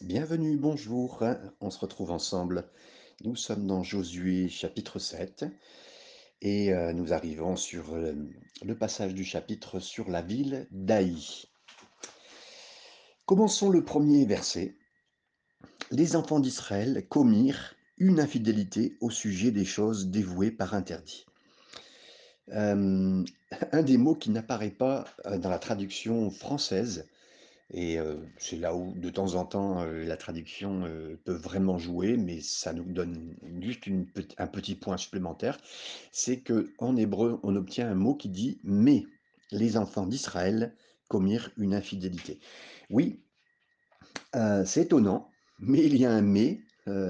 Bienvenue, bonjour. On se retrouve ensemble. Nous sommes dans Josué chapitre 7 et nous arrivons sur le passage du chapitre sur la ville d'Aï. Commençons le premier verset. Les enfants d'Israël commirent une infidélité au sujet des choses dévouées par interdit. Euh, un des mots qui n'apparaît pas dans la traduction française. Et c'est là où, de temps en temps, la traduction peut vraiment jouer, mais ça nous donne juste un petit point supplémentaire. C'est qu'en hébreu, on obtient un mot qui dit mais les enfants d'Israël commirent une infidélité. Oui, c'est étonnant, mais il y a un mais,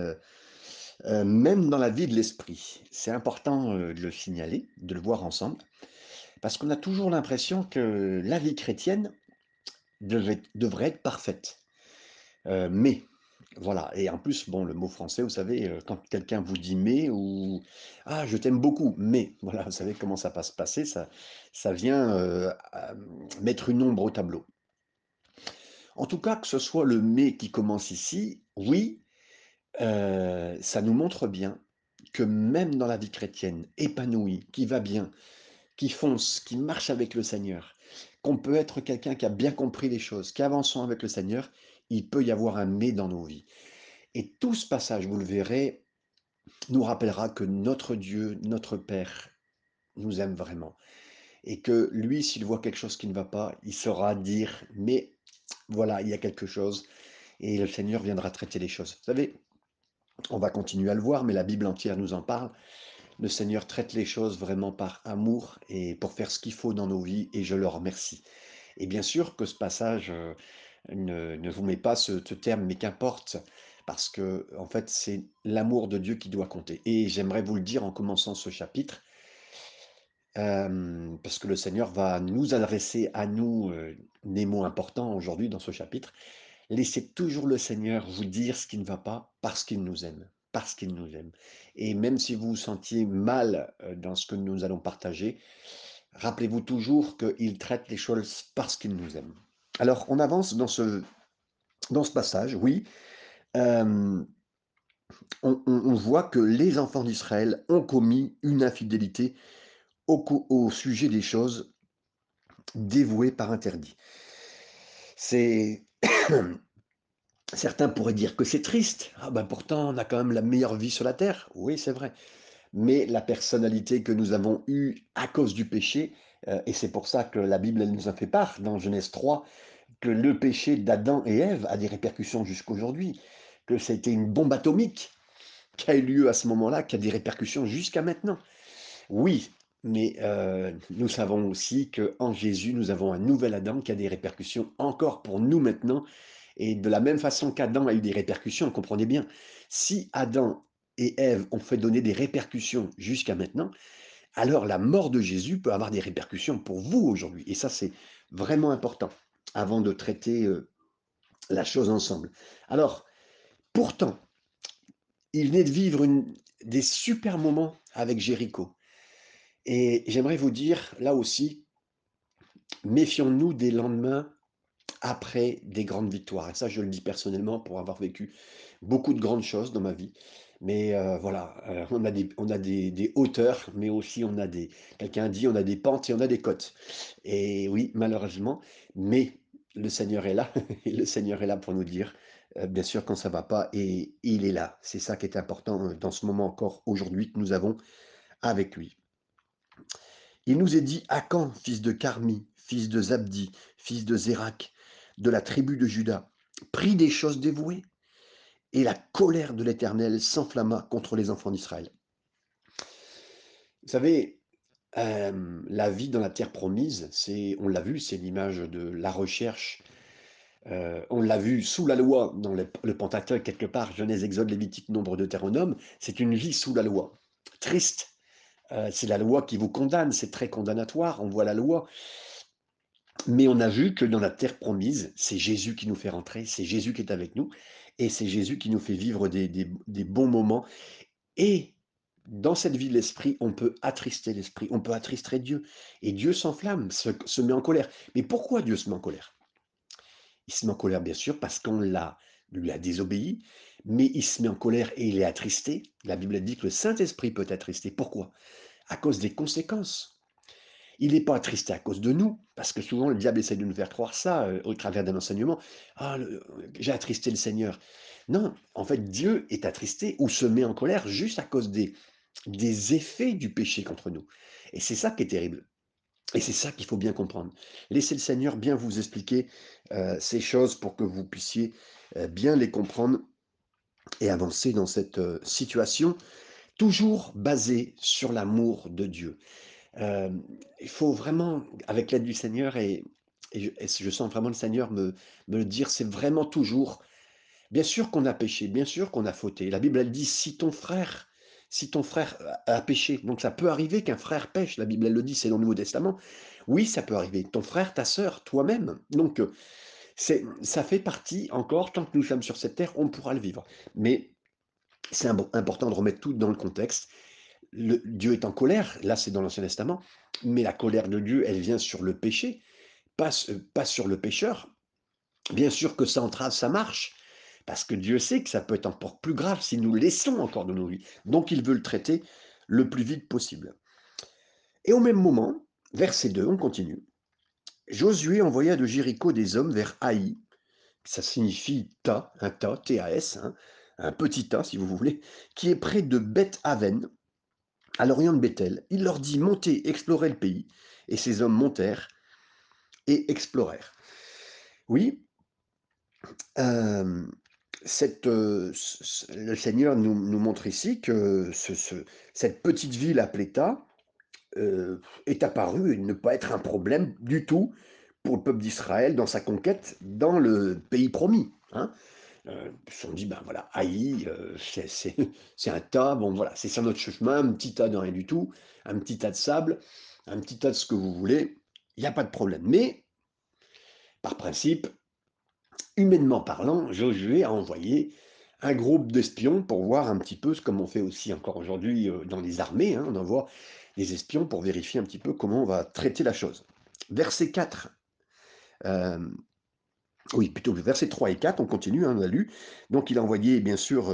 même dans la vie de l'esprit. C'est important de le signaler, de le voir ensemble, parce qu'on a toujours l'impression que la vie chrétienne devrait être parfaite. Mais, voilà, et en plus, bon, le mot français, vous savez, quand quelqu'un vous dit mais ou ah, je t'aime beaucoup, mais, voilà, vous savez comment ça va se passer, ça vient mettre une ombre au tableau. En tout cas, que ce soit le mais qui commence ici, oui, ça nous montre bien que même dans la vie chrétienne, épanouie, qui va bien, qui fonce, qui marche avec le Seigneur, qu'on peut être quelqu'un qui a bien compris les choses, qui avançons avec le Seigneur, il peut y avoir un mais dans nos vies. Et tout ce passage, vous le verrez, nous rappellera que notre Dieu, notre Père, nous aime vraiment. Et que lui, s'il voit quelque chose qui ne va pas, il saura dire, mais voilà, il y a quelque chose. Et le Seigneur viendra traiter les choses. Vous savez, on va continuer à le voir, mais la Bible entière nous en parle. Le Seigneur traite les choses vraiment par amour et pour faire ce qu'il faut dans nos vies, et je le remercie. Et bien sûr que ce passage ne vous met pas ce terme, mais qu'importe, parce que en fait, c'est l'amour de Dieu qui doit compter. Et j'aimerais vous le dire en commençant ce chapitre, parce que le Seigneur va nous adresser à nous des mots importants aujourd'hui dans ce chapitre. Laissez toujours le Seigneur vous dire ce qui ne va pas, parce qu'il nous aime. Parce qu'il nous aime. Et même si vous vous sentiez mal dans ce que nous allons partager, rappelez-vous toujours qu'il traite les choses parce qu'il nous aime. Alors, on avance dans ce passage, oui. Euh, on voit que les enfants d'Israël ont commis une infidélité au sujet des choses dévouées par interdit. C'est Certains pourraient dire que c'est triste. Ah ben pourtant, on a quand même la meilleure vie sur la terre. Oui, c'est vrai. Mais la personnalité que nous avons eue à cause du péché, et c'est pour ça que la Bible elle nous en fait part dans Genèse 3, que le péché d'Adam et Ève a des répercussions jusqu'aujourd'hui, que ça a été une bombe atomique qui a eu lieu à ce moment-là, qui a des répercussions jusqu'à maintenant. Oui, mais nous savons aussi qu'en Jésus, nous avons un nouvel Adam qui a des répercussions encore pour nous maintenant. Et de la même façon qu'Adam a eu des répercussions, comprenez bien, si Adam et Ève ont fait donner des répercussions jusqu'à maintenant, alors la mort de Jésus peut avoir des répercussions pour vous aujourd'hui. Et ça, c'est vraiment important avant de traiter la chose ensemble. Alors, pourtant, il venait de vivre des super moments avec Jéricho. Et j'aimerais vous dire, là aussi, méfions-nous des lendemains après des grandes victoires. Et ça, je le dis personnellement pour avoir vécu beaucoup de grandes choses dans ma vie. Mais voilà, on a des hauteurs, mais aussi quelqu'un dit, on a des pentes et on a des côtes. Et oui, malheureusement, mais le Seigneur est là, et le Seigneur est là pour nous dire, bien sûr, quand ça va pas, et il est là. C'est ça qui est important dans ce moment encore aujourd'hui que nous avons avec lui. Il nous est dit, Akan, fils de Carmi, fils de Zabdi, fils de Zérak, de la tribu de Juda, prit des choses dévouées, et la colère de l'Éternel s'enflamma contre les enfants d'Israël. Vous savez, la vie dans la terre promise, on l'a vu, c'est l'image de la recherche. On l'a vu sous la loi, dans le Pentateuque, quelque part, Genèse, Exode, Lévitique, Nombre, Deutéronome, c'est une vie sous la loi. Triste. C'est la loi qui vous condamne, c'est très condamnatoire, on voit la loi. Mais on a vu que dans la terre promise, c'est Jésus qui nous fait rentrer, c'est Jésus qui est avec nous, et c'est Jésus qui nous fait vivre des bons moments. Et dans cette vie de l'esprit, on peut attrister l'esprit, on peut attrister Dieu. Et Dieu s'enflamme, se met en colère. Mais pourquoi Dieu se met en colère? Il se met en colère, bien sûr, parce qu'on l'a lui a désobéi, mais il se met en colère et il est attristé. La Bible dit que le Saint-Esprit peut attrister. Pourquoi? À cause des conséquences. Il n'est pas attristé à cause de nous, parce que souvent le diable essaie de nous faire croire ça au travers d'un enseignement. Ah, j'ai attristé le Seigneur. Non, en fait, Dieu est attristé ou se met en colère juste à cause des effets du péché contre nous. Et c'est ça qui est terrible. Et c'est ça qu'il faut bien comprendre. Laissez le Seigneur bien vous expliquer ces choses pour que vous puissiez bien les comprendre et avancer dans cette situation, toujours basée sur l'amour de Dieu. Il faut vraiment, avec l'aide du Seigneur, et je sens vraiment le Seigneur me le dire, c'est vraiment toujours, bien sûr qu'on a péché, bien sûr qu'on a fauté. La Bible, elle dit, si ton frère a péché, donc ça peut arriver qu'un frère pêche, la Bible, elle le dit, c'est dans le Nouveau Testament. Oui, ça peut arriver. Ton frère, ta sœur, toi-même. Donc, ça fait partie encore, tant que nous sommes sur cette terre, on pourra le vivre. Mais c'est important de remettre tout dans le contexte. Dieu est en colère, là c'est dans l'Ancien Testament, mais la colère de Dieu, elle vient sur le péché, pas sur le pécheur. Bien sûr que ça entrave sa marche, parce que Dieu sait que ça peut être encore plus grave si nous laissons encore de nos vies. Donc il veut le traiter le plus vite possible. Et au même moment, verset 2, on continue. Josué envoya de Jéricho des hommes vers Haï, ça signifie tas, un tas, T-A-S, hein, un petit tas si vous voulez, qui est près de Beth-Aven, à l'orient de Bethel. Il leur dit, montez, explorez le pays. Et ces hommes montèrent et explorèrent. Oui, euh, le Seigneur nous montre ici que cette petite ville appelée Ta est apparue et ne pas être un problème du tout pour le peuple d'Israël dans sa conquête dans le pays promis. Hein. Ils se sont dit, ben voilà, Haï, c'est un tas, bon voilà, c'est sur notre chemin, un petit tas de rien du tout, un petit tas de sable, un petit tas de ce que vous voulez, il n'y a pas de problème. Mais, par principe, humainement parlant, Josué a envoyé un groupe d'espions pour voir un petit peu, comme on fait aussi encore aujourd'hui dans les armées, hein, on envoie des espions pour vérifier un petit peu comment on va traiter la chose. Verset 4, euh, oui, plutôt verset 3 et 4, on continue, hein, on a lu. Donc il a envoyé, bien sûr,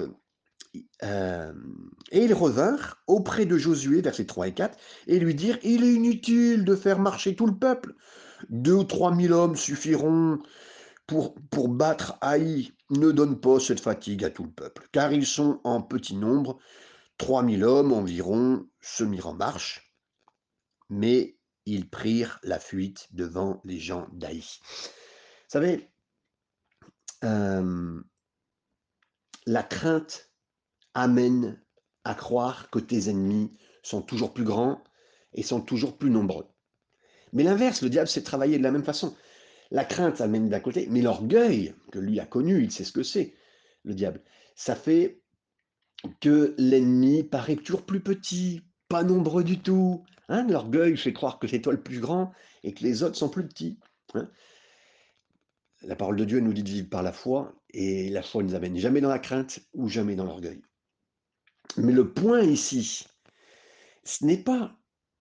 et ils revinrent auprès de Josué, versets 3 et 4, et lui dirent, il est inutile de faire marcher tout le peuple. 2 ou 3 000 hommes suffiront pour battre Haï. Ne donne pas cette fatigue à tout le peuple, car ils sont en petit nombre. 3 000 hommes environ se mirent en marche, mais ils prirent la fuite devant les gens d'Haï. Vous savez, euh, la crainte amène à croire que tes ennemis sont toujours plus grands et sont toujours plus nombreux. Mais l'inverse, le diable sait travailler de la même façon. La crainte amène d'un côté, mais l'orgueil, que lui a connu, il sait ce que c'est, le diable, ça fait que l'ennemi paraît toujours plus petit, pas nombreux du tout. Hein, l'orgueil fait croire que c'est toi le plus grand et que les autres sont plus petits. Hein. La parole de Dieu nous dit de vivre par la foi, et la foi ne nous amène jamais dans la crainte ou jamais dans l'orgueil. Mais le point ici, ce n'est pas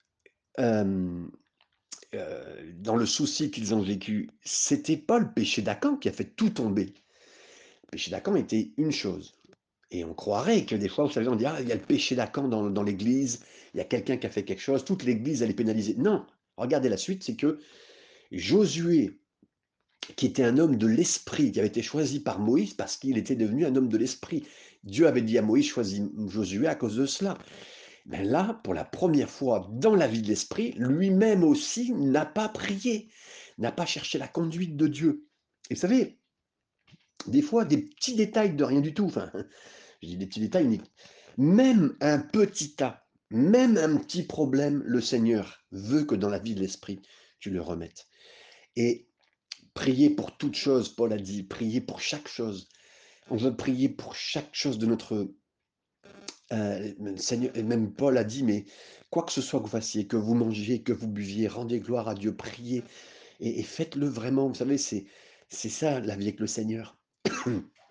dans le souci qu'ils ont vécu, c'était pas le péché d'Acan qui a fait tout tomber. Le péché d'Acan était une chose. Et on croirait que des fois, vous savez, on dit, ah, il y a le péché d'Acan dans l'église, il y a quelqu'un qui a fait quelque chose, toute l'église, elle est pénalisée. Non, regardez la suite, c'est que Josué, qui était un homme de l'esprit, qui avait été choisi par Moïse parce qu'il était devenu un homme de l'esprit. Dieu avait dit à Moïse, choisis Josué à cause de cela. Ben là, pour la première fois dans la vie de l'esprit, lui-même aussi n'a pas prié, n'a pas cherché la conduite de Dieu. Et vous savez, des fois, des petits détails de rien du tout, enfin, je dis des petits détails, mais même un petit tas, même un petit problème, le Seigneur veut que dans la vie de l'esprit, tu le remettes. Et prier pour toute chose, Paul a dit, prier pour chaque chose. On veut prier pour chaque chose de notre Seigneur, et même Paul a dit, mais quoi que ce soit que vous fassiez, que vous mangiez, que vous buviez, rendez gloire à Dieu, priez, et faites-le vraiment. Vous savez, c'est ça la vie avec le Seigneur.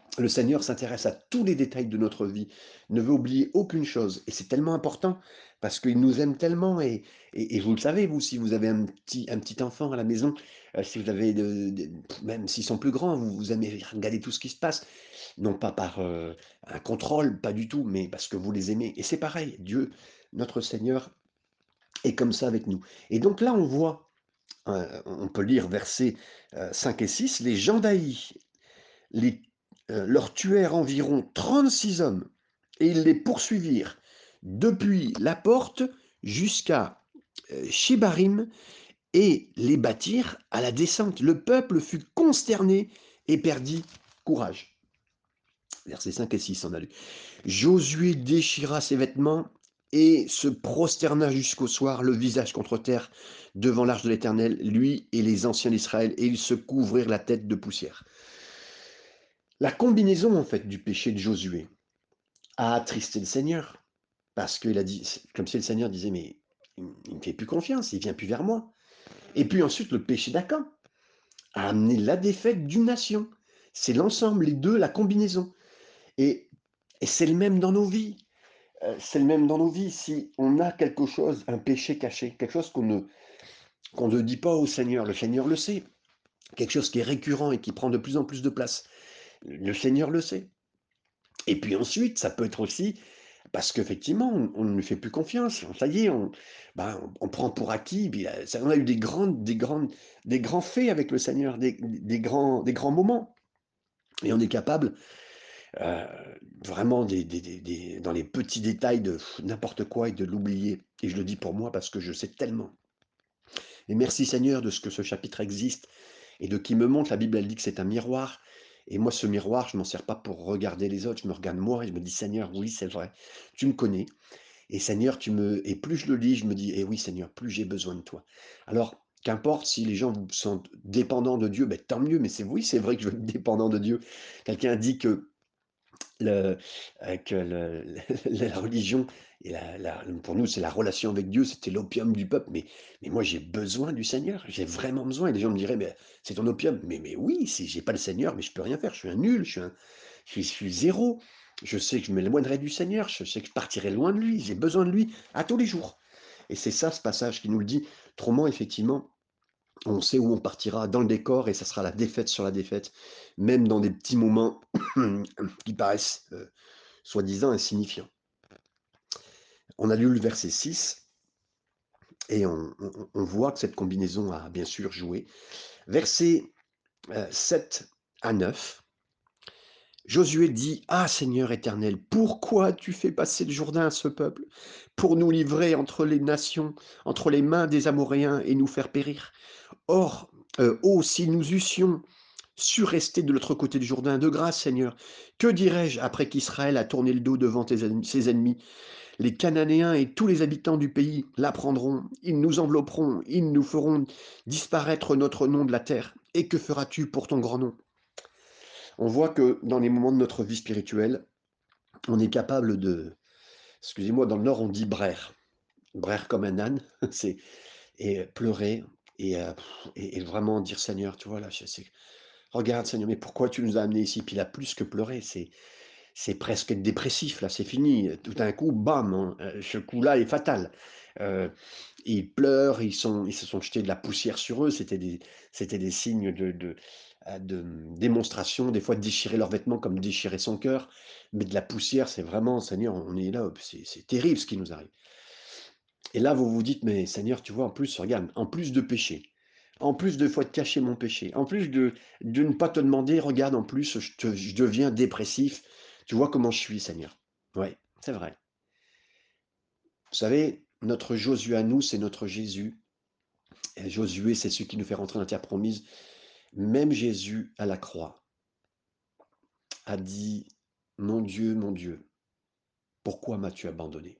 Le Seigneur s'intéresse à tous les détails de notre vie, ne veut oublier aucune chose. Et c'est tellement important parce qu'il nous aime tellement. Et vous le savez, vous, si vous avez un petit enfant à la maison, si vous avez, même s'ils sont plus grands, vous aimez regarder tout ce qui se passe, non pas par un contrôle, pas du tout, mais parce que vous les aimez. Et c'est pareil, Dieu, notre Seigneur, est comme ça avec nous. Et donc là, on voit, on peut lire versets 5 et 6, les gens d'Aï les, leur tuèrent environ 36 hommes et ils les poursuivirent depuis la porte jusqu'à Shebarim et les battirent à la descente. Le peuple fut consterné et perdit courage. Versets 5 et 6, on a lu. Josué déchira ses vêtements et se prosterna jusqu'au soir, le visage contre terre, devant l'arche de l'Éternel, lui et les anciens d'Israël, et ils se couvrirent la tête de poussière. La combinaison, en fait, du péché de Josué a attristé le Seigneur, parce qu'il a dit, comme si le Seigneur disait, mais il ne me fait plus confiance, il vient plus vers moi. Et puis ensuite, le péché d'Acan a amené la défaite d'une nation. C'est l'ensemble, les deux, la combinaison. Et, et c'est le même dans nos vies. C'est le même dans nos vies. Si on a quelque chose, un péché caché, quelque chose qu'on ne dit pas au Seigneur, le Seigneur le sait. Quelque chose qui est récurrent et qui prend de plus en plus de place, le Seigneur le sait. Et puis ensuite, ça peut être aussi parce qu'effectivement, on ne lui fait plus confiance. Ça y est, on prend pour acquis. Puis, on a eu des grands faits avec le Seigneur, des grands moments. Et on est capable, euh, vraiment, dans les petits détails de n'importe quoi et de l'oublier. Et je le dis pour moi parce que je sais tellement. Et merci Seigneur de ce que ce chapitre existe et de qui me montre. La Bible, elle dit que c'est un miroir. Et moi, ce miroir, je ne m'en sers pas pour regarder les autres. Je me regarde moi et je me dis, Seigneur, oui, c'est vrai. Tu me connais. Et Seigneur, et plus je le lis, je me dis, eh oui Seigneur, plus j'ai besoin de toi. Alors, qu'importe si les gens sont dépendants de Dieu, ben, tant mieux, mais oui, c'est vrai que je veux être dépendant de Dieu. Quelqu'un dit que, le, que la religion, pour nous, c'est la relation avec Dieu, c'était l'opium du peuple, mais moi j'ai besoin du Seigneur, j'ai vraiment besoin. Et les gens me diraient, mais c'est ton opium. Mais oui, si j'ai pas le Seigneur, mais je peux rien faire, je suis un nul, je suis zéro. Je sais que je m'éloignerai du Seigneur, je sais que je partirai loin de lui, j'ai besoin de lui à tous les jours. Et c'est ça ce passage qui nous le dit. Autrement, effectivement, on sait où on partira dans le décor et ça sera la défaite sur la défaite, même dans des petits moments qui paraissent soi-disant insignifiants. On a lu le verset 6 et on voit que cette combinaison a bien sûr joué. Verset 7 à 9. Josué dit, ah Seigneur éternel, pourquoi tu fais passer le Jourdain à ce peuple pour nous livrer entre les nations, entre les mains des Amoréens et nous faire périr? Or, oh, si nous eussions su rester de l'autre côté du Jourdain, de grâce Seigneur, que dirais-je après qu'Israël a tourné le dos devant ses ennemis? Les Cananéens et tous les habitants du pays l'apprendront, ils nous envelopperont, ils nous feront disparaître notre nom de la terre. Et que feras-tu pour ton grand nom? On voit que dans les moments de notre vie spirituelle, on est capable de, excusez-moi, dans le Nord on dit braire, braire comme un âne, c'est et pleurer et vraiment dire Seigneur, tu vois là, regarde Seigneur, mais pourquoi tu nous as amenés ici? Puis là, plus que pleurer, c'est presque être dépressif là, c'est fini. Tout d'un coup, bam, hein, ce coup-là est fatal. Euh, ils pleurent, ils se sont jetés de la poussière sur eux. C'était des signes de démonstration, des fois de déchirer leurs vêtements comme déchirer son cœur. Mais de la poussière, c'est vraiment, Seigneur, on est là, c'est terrible ce qui nous arrive. Et là, vous vous dites, mais Seigneur, tu vois, en plus, regarde, en plus de péché, en plus de fois de cacher mon péché, en plus de ne pas te demander, regarde, en plus, je deviens dépressif. Tu vois comment je suis, Seigneur. Ouais, c'est vrai. Vous savez, notre Josué à nous, c'est notre Jésus. Et Josué, c'est celui qui nous fait rentrer dans la terre promise. Même Jésus à la croix a dit, mon Dieu, pourquoi m'as-tu abandonné?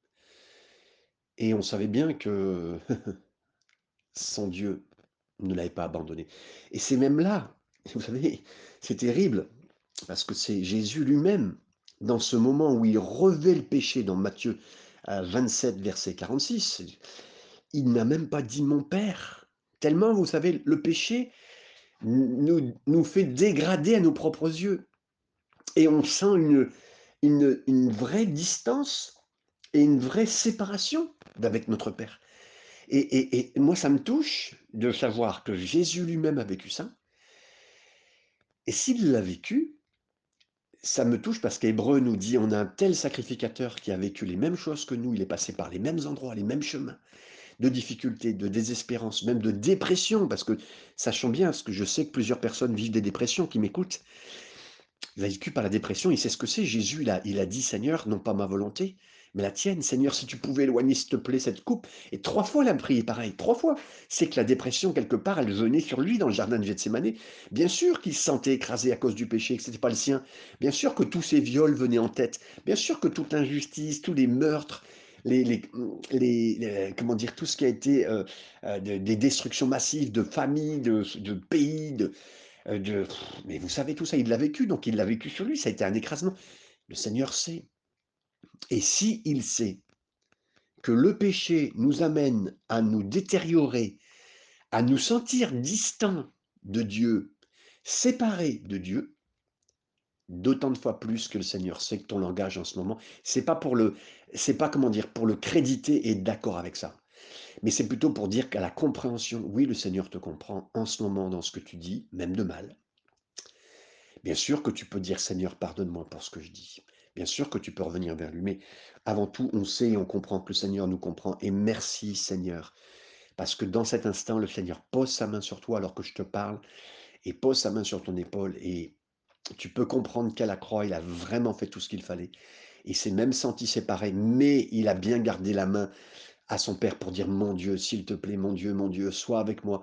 Et on savait bien que son Dieu ne l'avait pas abandonné. Et c'est même là, vous savez, c'est terrible, parce que c'est Jésus lui-même, dans ce moment où il revêt le péché, dans Matthieu 27, verset 46, il n'a même pas dit mon Père. Tellement, vous savez, le péché nous fait dégrader à nos propres yeux. et on sent une vraie distance et une vraie séparation d'avec notre Père. Et moi, ça me touche de savoir que Jésus lui-même a vécu ça. Et s'il l'a vécu, ça me touche parce qu'Hébreu nous dit, on a un tel sacrificateur qui a vécu les mêmes choses que nous, il est passé par les mêmes endroits, les mêmes chemins, de difficultés, de désespérance, même de dépression, parce que sachons bien, parce que je sais que plusieurs personnes vivent des dépressions qui m'écoutent, vaincu par la dépression, il sait ce que c'est. Jésus, il a dit, Seigneur, non pas ma volonté, mais la tienne. Seigneur, si tu pouvais éloigner, s'il te plaît, cette coupe. Et 3 fois, il a prié pareil, 3 fois. C'est que la dépression, quelque part, elle venait sur lui dans le jardin de Gethsémani. Bien sûr qu'il se sentait écrasé à cause du péché, que ce n'était pas le sien. Bien sûr que tous ces viols venaient en tête. Bien sûr que toute l'injustice, tous les meurtres, comment dire, tout ce qui a été des destructions massives de familles, de pays, mais vous savez tout ça, il l'a vécu, donc il l'a vécu sur lui, ça a été un écrasement. Le Seigneur sait. Et si il sait que le péché nous amène à nous détériorer, à nous sentir distants de Dieu, séparés de Dieu, d'autant de fois plus que le Seigneur sait que ton langage en ce moment, c'est pas comment dire, pour le créditer et être d'accord avec ça. Mais c'est plutôt pour dire qu'à la compréhension, oui, le Seigneur te comprend en ce moment dans ce que tu dis, même de mal. Bien sûr que tu peux dire Seigneur, pardonne-moi pour ce que je dis. Bien sûr que tu peux revenir vers lui, mais avant tout, on sait et on comprend que le Seigneur nous comprend. Et merci Seigneur, parce que dans cet instant, le Seigneur pose sa main sur toi alors que je te parle et pose sa main sur ton épaule et tu peux comprendre qu'à la croix, il a vraiment fait tout ce qu'il fallait. Il s'est même senti séparé, mais il a bien gardé la main à son Père pour dire mon Dieu, s'il te plaît, mon Dieu, sois avec moi.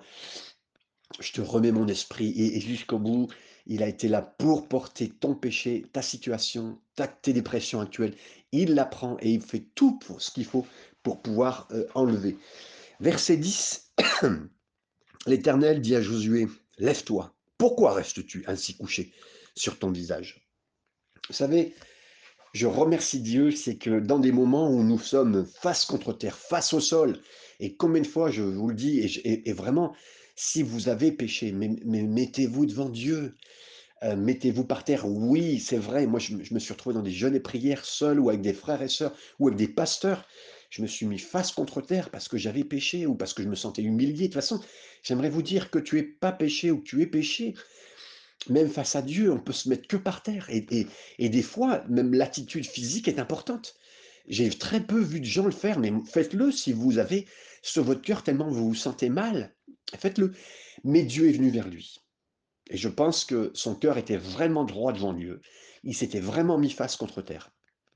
Je te remets mon esprit et jusqu'au bout, il a été là pour porter ton péché, ta situation, tes dépressions actuelles. Il la prend et il fait tout pour ce qu'il faut pour pouvoir enlever. Verset 10, l'Éternel dit à Josué, lève-toi. Pourquoi restes-tu ainsi couché sur ton visage? Vous savez, je remercie Dieu, c'est que dans des moments où nous sommes face contre terre, face au sol, et combien de fois je vous le dis, et vraiment, si vous avez péché, mais mettez-vous devant Dieu, mettez-vous par terre. Oui, c'est vrai, moi je me suis retrouvé dans des jeûnes et prières seul ou avec des frères et sœurs ou avec des pasteurs. Je me suis mis face contre terre parce que j'avais péché ou parce que je me sentais humilié. De toute façon, j'aimerais vous dire que tu es pas péché ou que tu es péché. Même face à Dieu, on peut se mettre que par terre. Et des fois, même l'attitude physique est importante. J'ai très peu vu de gens le faire, mais faites-le si vous avez sur votre cœur tellement vous vous sentez mal. Faites-le. Mais Dieu est venu vers lui. Et je pense que son cœur était vraiment droit devant Dieu. Il s'était vraiment mis face contre terre.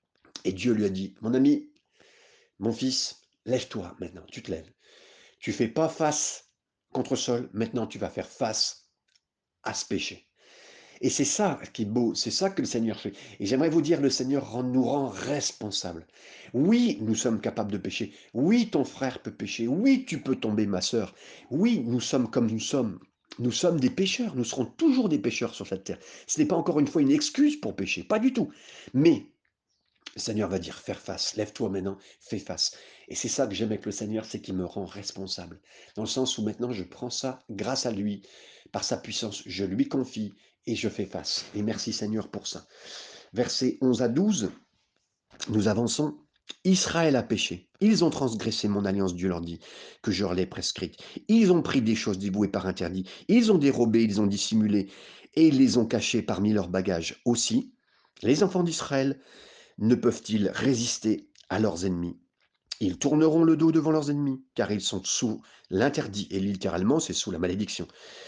Et Dieu lui a dit, mon ami, mon fils, lève-toi maintenant, tu te lèves. Tu fais pas face contre sol, maintenant tu vas faire face à ce péché. Et c'est ça qui est beau, c'est ça que le Seigneur fait. Et j'aimerais vous dire, le Seigneur nous rend responsables. Oui, nous sommes capables de pécher. Oui, ton frère peut pécher. Oui, tu peux tomber, ma sœur. Oui, nous sommes comme nous sommes. Nous sommes des pécheurs. Nous serons toujours des pécheurs sur cette terre. Ce n'est pas encore une fois une excuse pour pécher, pas du tout. Mais le Seigneur va dire, faire face, lève-toi maintenant, fais face. Et c'est ça que j'aime avec le Seigneur, c'est qu'il me rend responsable. Dans le sens où maintenant je prends ça grâce à lui, par sa puissance, je lui confie et je fais face. Et merci Seigneur pour ça. Versets 11 à 12, nous avançons. Israël a péché. Ils ont transgressé mon alliance, Dieu leur dit, que je leur ai prescrite. Ils ont pris des choses dévouées par interdit. Ils ont dérobé, ils ont dissimulé et ils les ont cachées parmi leurs bagages. Aussi, les enfants d'Israël ne peuvent-ils résister à leurs ennemis? Ils tourneront le dos devant leurs ennemis, car ils sont sous l'interdit, et littéralement c'est sous la malédiction.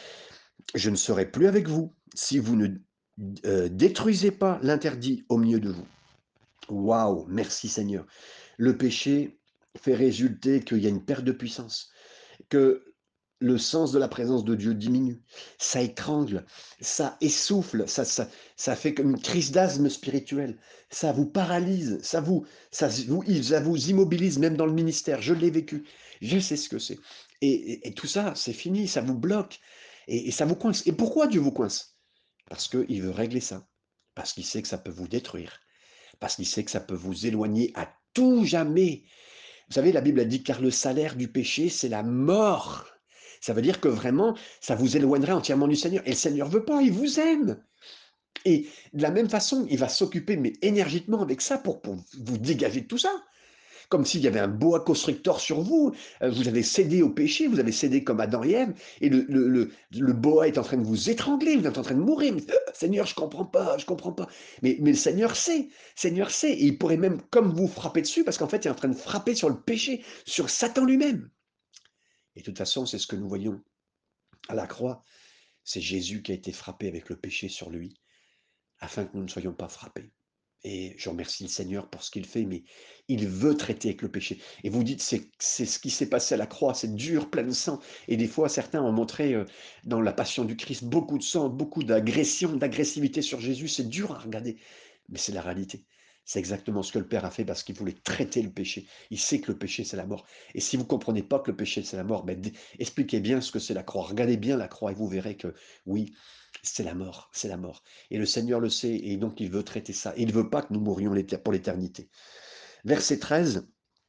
Je ne serai plus avec vous si vous ne détruisez pas l'interdit au milieu de vous. Waouh, merci Seigneur. Le péché fait résulter qu'il y a une perte de puissance, que le sens de la présence de Dieu diminue, ça étrangle, ça essouffle, ça fait comme une crise d'asthme spirituel, ça vous paralyse, ça vous immobilise même dans le ministère. Je l'ai vécu, je sais ce que c'est. Et tout ça, c'est fini, ça vous bloque et ça vous coince. Et pourquoi Dieu vous coince? Parce qu'il veut régler ça, parce qu'il sait que ça peut vous détruire, parce qu'il sait que ça peut vous éloigner à tout jamais. Vous savez, la Bible a dit, car le salaire du péché, c'est la mort. Ça veut dire que vraiment, ça vous éloignerait entièrement du Seigneur. Et le Seigneur veut pas, il vous aime. Et de la même façon, il va s'occuper, mais énergiquement avec ça pour vous dégager de tout ça. Comme s'il y avait un boa constrictor sur vous, vous avez cédé au péché, vous avez cédé comme Adam et Ève, et le boa est en train de vous étrangler, vous êtes en train de mourir. Mais, Seigneur, je comprends pas, je comprends pas. Mais le Seigneur sait, et il pourrait même comme vous frapper dessus, parce qu'en fait, il est en train de frapper sur le péché, sur Satan lui-même. Et de toute façon, c'est ce que nous voyons à la croix. C'est Jésus qui a été frappé avec le péché sur lui, afin que nous ne soyons pas frappés. Et je remercie le Seigneur pour ce qu'il fait, mais il veut traiter avec le péché. Et vous dites, c'est ce qui s'est passé à la croix, c'est dur, plein de sang. Et des fois, certains ont montré dans la passion du Christ beaucoup de sang, beaucoup d'agression, d'agressivité sur Jésus. C'est dur à regarder, mais c'est la réalité. C'est exactement ce que le Père a fait parce qu'il voulait traiter le péché. Il sait que le péché, c'est la mort. Et si vous ne comprenez pas que le péché, c'est la mort, ben, expliquez bien ce que c'est la croix. Regardez bien la croix et vous verrez que oui, c'est la mort, c'est la mort. Et le Seigneur le sait, et donc il veut traiter ça. Et il ne veut pas que nous mourions pour l'éternité. Verset 13,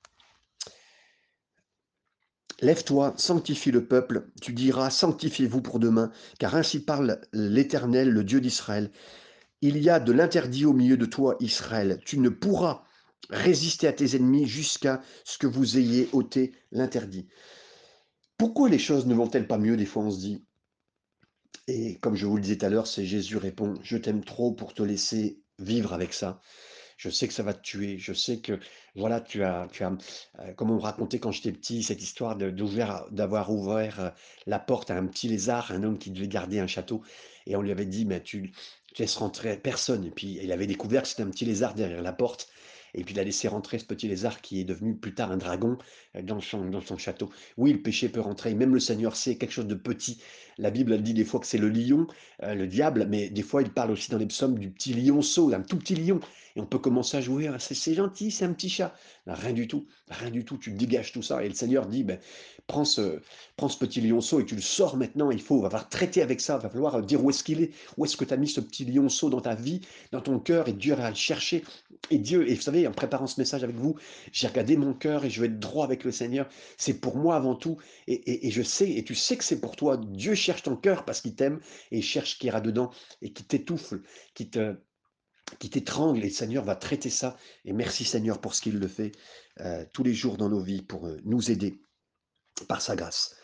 lève-toi, sanctifie le peuple, tu diras, sanctifiez-vous pour demain, car ainsi parle l'Éternel, le Dieu d'Israël. Il y a de l'interdit au milieu de toi, Israël. Tu ne pourras résister à tes ennemis jusqu'à ce que vous ayez ôté l'interdit. Pourquoi les choses ne vont-elles pas mieux? Des fois, on se dit, et comme je vous le disais tout à l'heure, c'est Jésus répond, je t'aime trop pour te laisser vivre avec ça. Je sais que ça va te tuer. Je sais que, voilà, comme on me racontait quand j'étais petit, cette histoire d'avoir ouvert la porte à un petit lézard, un homme qui devait garder un château, et on lui avait dit, mais tu laisses rentrer personne. Et puis il avait découvert que c'était un petit lézard derrière la porte. Et puis il a laissé rentrer ce petit lézard qui est devenu plus tard un dragon dans son château. Oui, le péché peut rentrer. Même le Seigneur sait quelque chose de petit. La Bible, elle dit des fois que c'est le lion, le diable, mais des fois il parle aussi dans les psaumes du petit lionceau, d'un tout petit lion. Et on peut commencer à jouer, ah, c'est gentil, c'est un petit chat. Ben, rien du tout, tu dégages tout ça. Et le Seigneur dit, ben, prends ce petit lionceau et tu le sors maintenant, va falloir traiter avec ça, il va falloir dire où est-ce qu'il est, où est-ce que tu as mis ce petit lionceau dans ta vie, dans ton cœur, et Dieu va le chercher. Et vous savez, en préparant ce message avec vous, j'ai regardé mon cœur et je vais être droit avec le Seigneur. C'est pour moi avant tout, et je sais, et tu sais que c'est pour toi. Dieu cherche ton cœur parce qu'il t'aime et il cherche ce qui ira dedans et qui t'étouffe, qui te qui t'étrangle, et le Seigneur va traiter ça. Et merci Seigneur pour ce qu'il le fait tous les jours dans nos vies pour nous aider par sa grâce.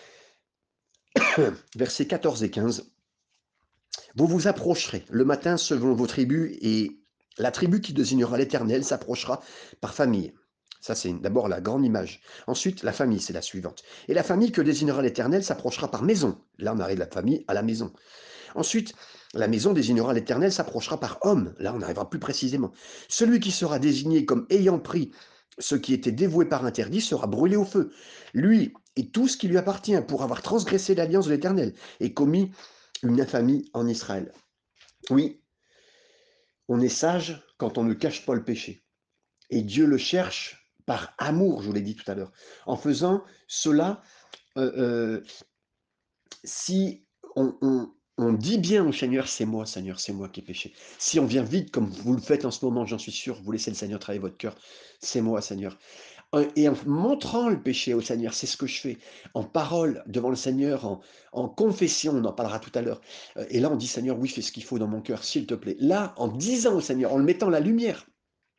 Versets 14 et 15. Vous vous approcherez le matin selon vos tribus, et la tribu qui désignera l'Éternel s'approchera par famille. Ça, c'est d'abord la grande image. Ensuite, la famille, c'est la suivante. Et la famille que désignera l'Éternel s'approchera par maison. Là, on arrive de la famille à la maison. Ensuite, la maison désignera l'Éternel s'approchera par homme. Là, on arrivera plus précisément. Celui qui sera désigné comme ayant pris ce qui était dévoué par interdit sera brûlé au feu. Lui et tout ce qui lui appartient pour avoir transgressé l'alliance de l'Éternel et commis une infamie en Israël. Oui, on est sage quand on ne cache pas le péché. Et Dieu le cherche par amour, je vous l'ai dit tout à l'heure. En faisant cela, euh, euh, si on dit bien au Seigneur, Seigneur, c'est moi qui ai péché. Si on vient vite, comme vous le faites en ce moment, j'en suis sûr, vous laissez le Seigneur travailler votre cœur, c'est moi, Seigneur. Et en montrant le péché au Seigneur, c'est ce que je fais, en parole devant le Seigneur, en confession, on en parlera tout à l'heure. Et là, on dit, Seigneur, oui, fais ce qu'il faut dans mon cœur, s'il te plaît. Là, en disant au Seigneur, en le mettant la lumière,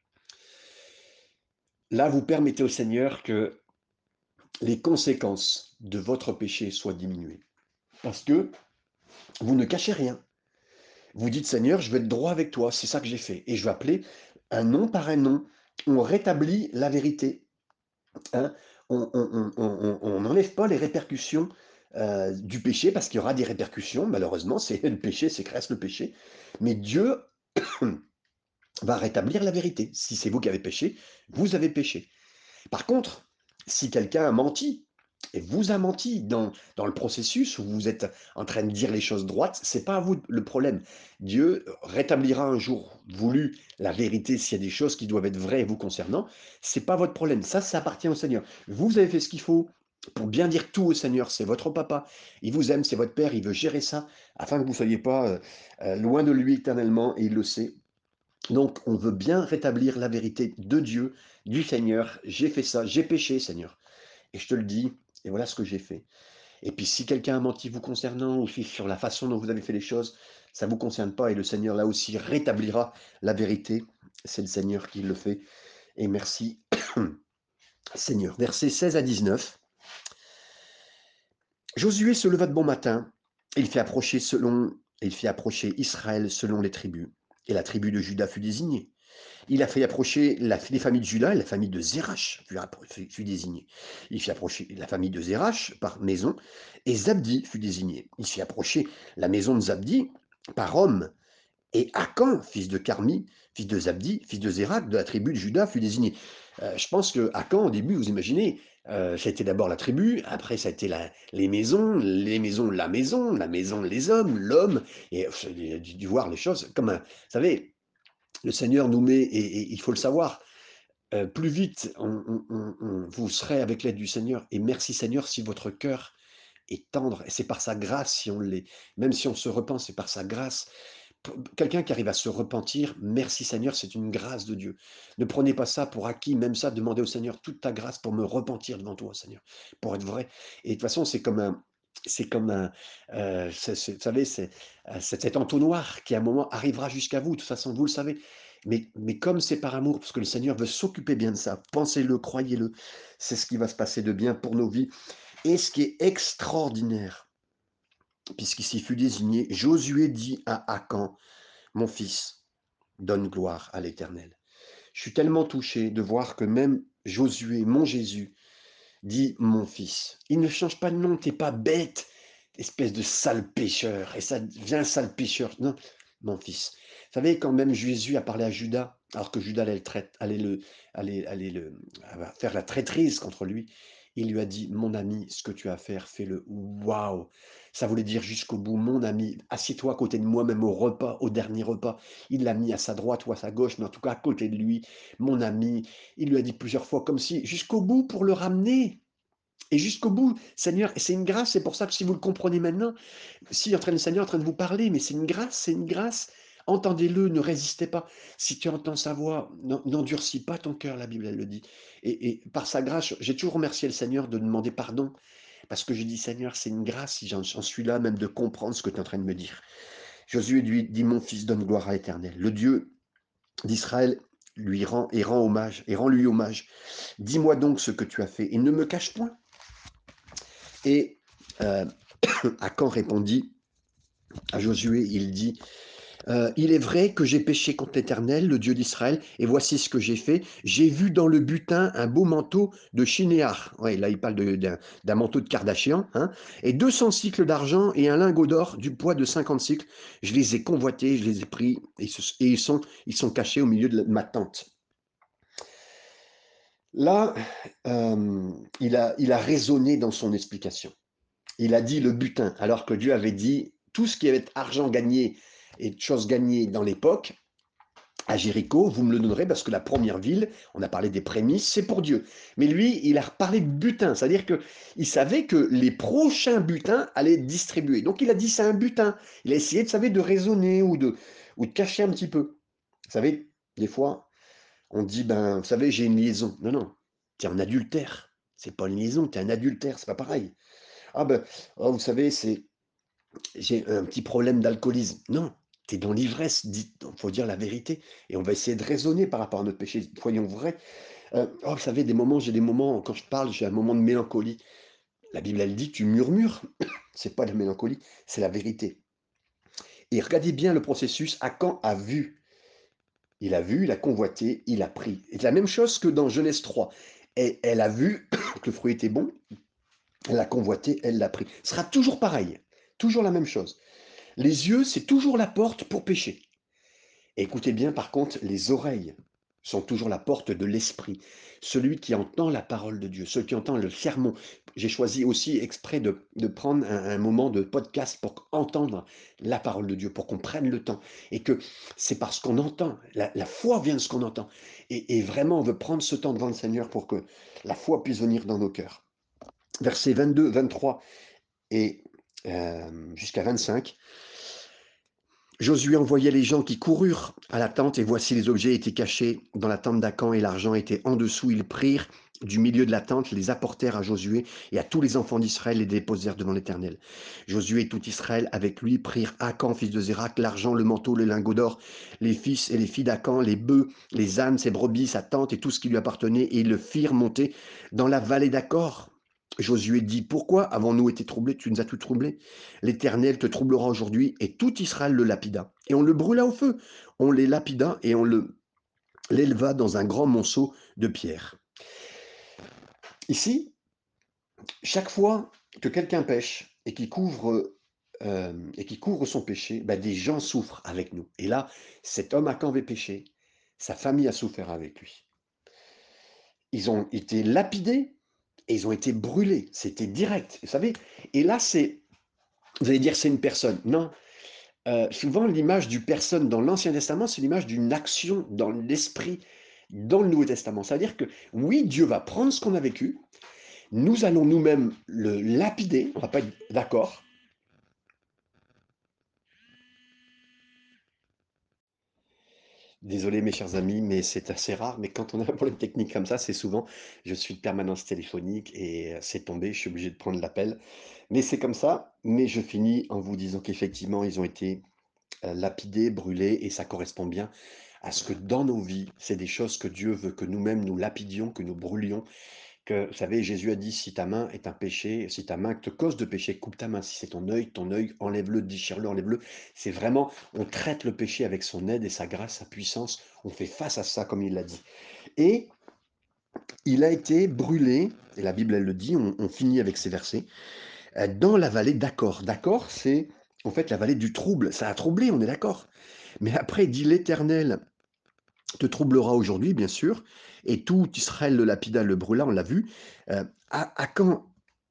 là, vous permettez au Seigneur que les conséquences de votre péché soient diminuées. Parce que vous ne cachez rien. Vous dites, Seigneur, je vais être droit avec toi, c'est ça que j'ai fait. Et je vais appeler un nom par un nom. On rétablit la vérité. Hein. On n'enlève pas les répercussions du péché, parce qu'il y aura des répercussions, malheureusement, c'est le péché, c'est que reste le péché. Mais Dieu va rétablir la vérité. Si c'est vous qui avez péché, vous avez péché. Par contre, si quelqu'un a menti, et vous a menti dans le processus où vous êtes en train de dire les choses droites, c'est pas à vous le problème. Dieu rétablira un jour voulu la vérité s'il y a des choses qui doivent être vraies vous concernant. C'est pas votre problème. Ça appartient au Seigneur. Vous avez fait ce qu'il faut pour bien dire tout au Seigneur. C'est votre papa. Il vous aime, c'est votre père. Il veut gérer ça afin que vous ne soyez pas loin de lui éternellement, et il le sait. Donc, on veut bien rétablir la vérité de Dieu, du Seigneur. J'ai fait ça, j'ai péché, Seigneur. Et je te le dis, et voilà ce que j'ai fait. Et puis, si quelqu'un a menti vous concernant, ou si sur la façon dont vous avez fait les choses, ça ne vous concerne pas et le Seigneur, là aussi, rétablira la vérité. C'est le Seigneur qui le fait et merci Seigneur. Versets 16 à 19. Josué se leva de bon matin, et il fit approcher Israël selon les tribus, et la tribu de Juda fut désignée. Il a fait approcher les familles de Juda et la famille de Zérach fut désignée. Il fit approcher la famille de Zérach par maison, et Zabdi fut désigné. Il fit approcher la maison de Zabdi par homme, et Akan, fils de Carmi, fils de Zabdi, fils de Zérach, de la tribu de Juda, fut désigné. Je pense que Akan, au début, vous imaginez, ça a été d'abord la tribu, après ça a été les maisons, la maison, les hommes, l'homme, et j'ai dû voir les choses comme un... Vous savez, le Seigneur nous met, et il faut le savoir, plus vite vous serez avec l'aide du Seigneur, et merci Seigneur si votre cœur est tendre, et c'est par sa grâce si on l'est, même si on se repent, c'est par sa grâce. Quelqu'un qui arrive à se repentir, merci Seigneur, c'est une grâce de Dieu. Ne prenez pas ça pour acquis, même ça, demandez au Seigneur toute ta grâce pour me repentir devant toi, Seigneur, pour être vrai. Et de toute façon, vous savez, c'est cet entonnoir qui à un moment arrivera jusqu'à vous. De toute façon, vous le savez. Mais comme c'est par amour, parce que le Seigneur veut s'occuper bien de ça, pensez-le, croyez-le, c'est ce qui va se passer de bien pour nos vies. Et ce qui est extraordinaire, puisqu'ici fut désigné, Josué dit à Akan, mon fils, donne gloire à l'Éternel. Je suis tellement touché de voir que même Josué, mon Jésus, dit mon fils. Il ne change pas de nom, t'es pas bête, espèce de sale pécheur. Et ça devient sale pécheur. Non, mon fils. Vous savez, quand même Jésus a parlé à Judas, alors que Judas allait faire la traîtrise contre lui, il lui a dit, mon ami, ce que tu as à faire, fais-le. Waouh! Ça voulait dire jusqu'au bout, mon ami, assieds-toi à côté de moi, même au repas, au dernier repas. Il l'a mis à sa droite ou à sa gauche, mais en tout cas à côté de lui, mon ami. Il lui a dit plusieurs fois, comme si, jusqu'au bout pour le ramener. Et jusqu'au bout, Seigneur, et c'est une grâce, c'est pour ça que si vous le comprenez maintenant, si le Seigneur est en train de vous parler, mais c'est une grâce, c'est une grâce. Entendez-le, ne résistez pas. Si tu entends sa voix, n'endurcis pas ton cœur, la Bible, elle le dit. Et par sa grâce, j'ai toujours remercié le Seigneur de demander pardon, parce que je dis, Seigneur, c'est une grâce si j'en suis là, même de comprendre ce que tu es en train de me dire. Josué lui dit, mon fils, donne gloire à l'Éternel. Le Dieu d'Israël lui rend et rend hommage, et rend lui hommage. Dis-moi donc ce que tu as fait, et ne me cache point. Et Akan répondit à Josué, il dit, il est vrai que j'ai péché contre l'Éternel, le Dieu d'Israël, et voici ce que j'ai fait. J'ai vu dans le butin un beau manteau de Shinéar. Ouais, là, il parle d'un manteau de Kardashian, hein, et 200 cycles d'argent et un lingot d'or du poids de 50 cycles. Je les ai convoités, je les ai pris, et ils sont cachés au milieu de ma tente. Là, il a raisonné dans son explication. Il a dit le butin, alors que Dieu avait dit tout ce qui avait argent gagné et choses gagnées dans l'époque, à Jéricho, vous me le donnerez parce que la première ville, on a parlé des prémices, c'est pour Dieu. Mais lui, il a reparlé de butin, c'est-à-dire qu'il savait que les prochains butins allaient être distribués. Donc il a dit c'est un butin. Il a essayé, vous savez, de raisonner ou de cacher un petit peu. Vous savez, des fois, on dit, ben, vous savez, j'ai une liaison. Non, non, tu es en adultère. C'est pas une liaison, tu es un adultère, c'est pas pareil. Ah ben, oh, vous savez, j'ai un petit problème d'alcoolisme. Non, tu es dans l'ivresse, il faut dire la vérité. Et on va essayer de raisonner par rapport à notre péché, soyons vrais. Oh, vous savez, j'ai des moments, quand je parle, j'ai un moment de mélancolie. La Bible, elle dit, tu murmures. C'est pas de la mélancolie, c'est la vérité. Et regardez bien le processus. Akan a vu. Il a vu, il a convoité, il a pris. C'est la même chose que dans Genèse 3. Elle a vu que le fruit était bon, elle l'a convoité, elle l'a pris. Ce sera toujours pareil, toujours la même chose. Les yeux, c'est toujours la porte pour pécher. Et écoutez bien, par contre, les oreilles sont toujours la porte de l'esprit. Celui qui entend la parole de Dieu, celui qui entend le sermon. J'ai choisi aussi exprès de prendre un moment de podcast pour entendre la parole de Dieu, pour qu'on prenne le temps. Et que c'est parce qu'on entend, la foi vient de ce qu'on entend. Et vraiment, on veut prendre ce temps devant le Seigneur pour que la foi puisse venir dans nos cœurs. Versets 22, 23 et jusqu'à 25. Josué envoyait les gens qui coururent à la tente, et voici les objets étaient cachés dans la tente d'Acan, et l'argent était en dessous. Ils prirent du milieu de la tente, les apportèrent à Josué et à tous les enfants d'Israël, les déposèrent devant l'Éternel. Josué et tout Israël avec lui prirent Acan, fils de Zérak, l'argent, le manteau, les lingots d'or, les fils et les filles d'Acan, les bœufs, les ânes, ses brebis, sa tente et tout ce qui lui appartenait, et ils le firent monter dans la vallée d'Acor. Josué dit, pourquoi avons-nous été troublés? Tu nous as tout troublés. L'Éternel te troublera aujourd'hui, et tout Israël le lapida. Et on le brûla au feu. On les lapida et on l'éleva dans un grand monceau de pierre. Ici, chaque fois que quelqu'un pêche et qui couvre son péché, ben, des gens souffrent avec nous. Et là, cet homme Akan avait péché, sa famille a souffert avec lui. Ils ont été lapidés et ils ont été brûlés. C'était direct, vous savez. Et là, vous allez dire, c'est une personne. Non, souvent, l'image du personne dans l'Ancien Testament, c'est l'image d'une action dans l'esprit dans le Nouveau Testament. C'est-à-dire que oui, Dieu va prendre ce qu'on a vécu, nous allons nous-mêmes le lapider, on va pas être d'accord. Désolé mes chers amis, mais c'est assez rare, mais quand on a un problème technique comme ça, c'est souvent, je suis de permanence téléphonique et c'est tombé, je suis obligé de prendre l'appel. Mais c'est comme ça, mais je finis en vous disant qu'effectivement, ils ont été lapidés, brûlés, et ça correspond bien à ce que dans nos vies, c'est des choses que Dieu veut que nous-mêmes nous lapidions, que nous brûlions, que, vous savez, Jésus a dit, si ta main est un péché, si ta main te cause de péché, coupe ta main. Si c'est ton œil, enlève-le, déchire-le, enlève-le. C'est vraiment, on traite le péché avec son aide et sa grâce, sa puissance. On fait face à ça, comme il l'a dit. Et il a été brûlé, et la Bible, elle le dit, on finit avec ces versets, dans la vallée d'Acor. D'Acor, c'est en fait la vallée du trouble. Ça a troublé, on est d'accord. Mais après, il dit l'Éternel te troublera aujourd'hui, bien sûr, et tout Israël le lapida, le brûla, on l'a vu. À quand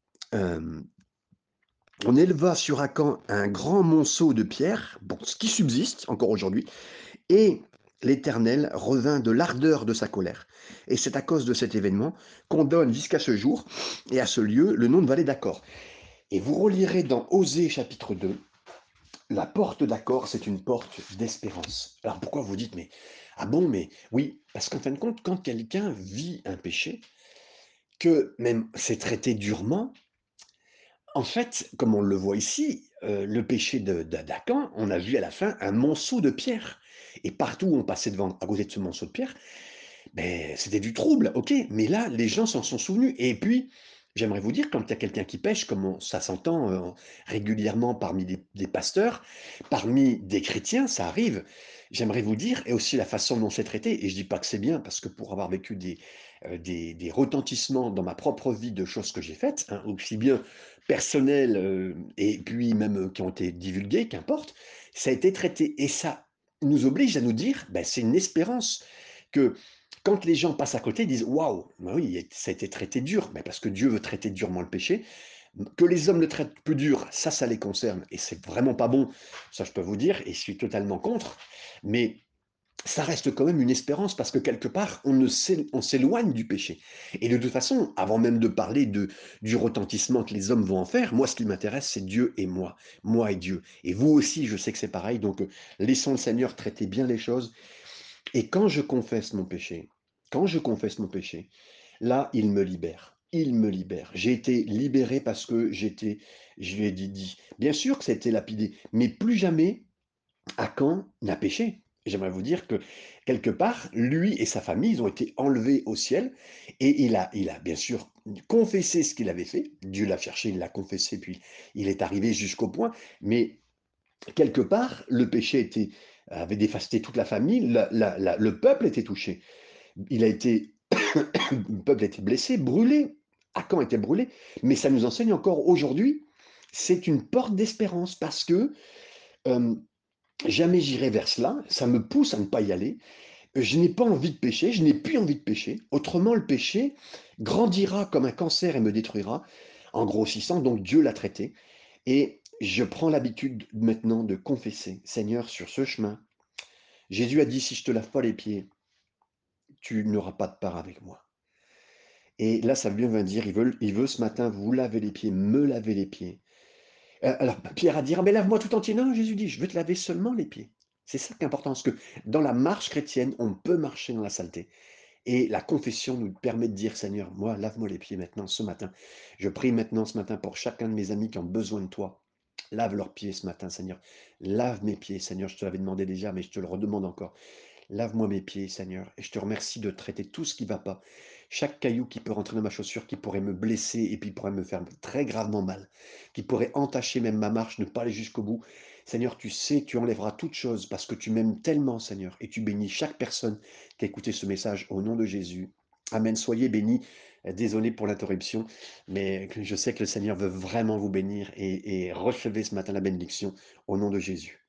on éleva sur Acan un grand monceau de pierres, bon, ce qui subsiste encore aujourd'hui, et l'Éternel revint de l'ardeur de sa colère. Et c'est à cause de cet événement qu'on donne jusqu'à ce jour et à ce lieu le nom de vallée d'Acor. Et vous relirez dans Osée chapitre 2, la porte d'Acor, c'est une porte d'espérance. Alors pourquoi vous dites, mais ah bon, mais oui, parce qu'en fin de compte, quand quelqu'un vit un péché, que même c'est traité durement, en fait, comme on le voit ici, le péché d'Acan, on a vu à la fin un monceau de pierres. Et partout où on passait devant, à côté de ce monceau de pierres, ben, c'était du trouble, ok, mais là, les gens s'en sont souvenus. Et puis, j'aimerais vous dire, quand il y a quelqu'un qui pêche, comme ça s'entend régulièrement parmi des pasteurs, parmi des chrétiens, ça arrive. J'aimerais vous dire, et aussi la façon dont c'est traité, et je dis pas que c'est bien, parce que pour avoir vécu des retentissements dans ma propre vie de choses que j'ai faites, hein, aussi bien personnelles et puis même qui ont été divulguées, qu'importe, ça a été traité. Et ça nous oblige à nous dire, ben, c'est une espérance que quand les gens passent à côté, ils disent waouh, bah oui, ça a été traité dur, mais parce que Dieu veut traiter durement le péché. Que les hommes le traitent plus dur, ça les concerne, et c'est vraiment pas bon, ça je peux vous dire, et je suis totalement contre, mais ça reste quand même une espérance parce que quelque part, on s'éloigne du péché. Et de toute façon, avant même de parler du retentissement que les hommes vont en faire, moi, ce qui m'intéresse, c'est Dieu et moi et Dieu. Et vous aussi, je sais que c'est pareil, donc laissons le Seigneur traiter bien les choses. Et quand je confesse mon péché, là, il me libère. Il me libère. J'ai été libéré parce que je lui ai dit, bien sûr que ça a été lapidé, mais plus jamais Akan n'a péché. J'aimerais vous dire que quelque part, lui et sa famille, ils ont été enlevés au ciel et il a bien sûr confessé ce qu'il avait fait. Dieu l'a cherché, il l'a confessé, puis il est arrivé jusqu'au point. Mais quelque part, le péché avait dévasté toute la famille, le peuple était touché. Il a été, le peuple a été blessé, brûlé. Akan était brûlé. Mais ça nous enseigne encore aujourd'hui, c'est une porte d'espérance parce que euh, jamais j'irai vers cela, ça me pousse à ne pas y aller. Je n'ai pas envie de pécher, je n'ai plus envie de pécher. Autrement, le péché grandira comme un cancer et me détruira en grossissant. Donc Dieu l'a traité. Et je prends l'habitude maintenant de confesser, Seigneur, sur ce chemin, Jésus a dit, si je te lave pas les pieds, tu n'auras pas de part avec moi. Et là, ça veut bien dire, il veut ce matin vous laver les pieds, me laver les pieds. Alors Pierre a dit: «Ah mais lave-moi tout entier». Non, Jésus dit: «Je veux te laver seulement les pieds». C'est ça qui est important, parce que dans la marche chrétienne, on peut marcher dans la saleté. Et la confession nous permet de dire: «Seigneur, moi, lave-moi les pieds maintenant, ce matin. Je prie maintenant ce matin pour chacun de mes amis qui ont besoin de toi. Lave leurs pieds ce matin, Seigneur. Lave mes pieds, Seigneur». Je te l'avais demandé déjà, mais je te le redemande encore. Lave-moi mes pieds, Seigneur, et je te remercie de traiter tout ce qui va pas. Chaque caillou qui peut rentrer dans ma chaussure, qui pourrait me blesser et puis pourrait me faire très gravement mal, qui pourrait entacher même ma marche, ne pas aller jusqu'au bout. Seigneur, tu sais, tu enlèveras toute chose parce que tu m'aimes tellement, Seigneur, et tu bénis chaque personne qui a écouté ce message au nom de Jésus. Amen. Soyez bénis. Désolé pour l'interruption, mais je sais que le Seigneur veut vraiment vous bénir et recevez ce matin la bénédiction au nom de Jésus.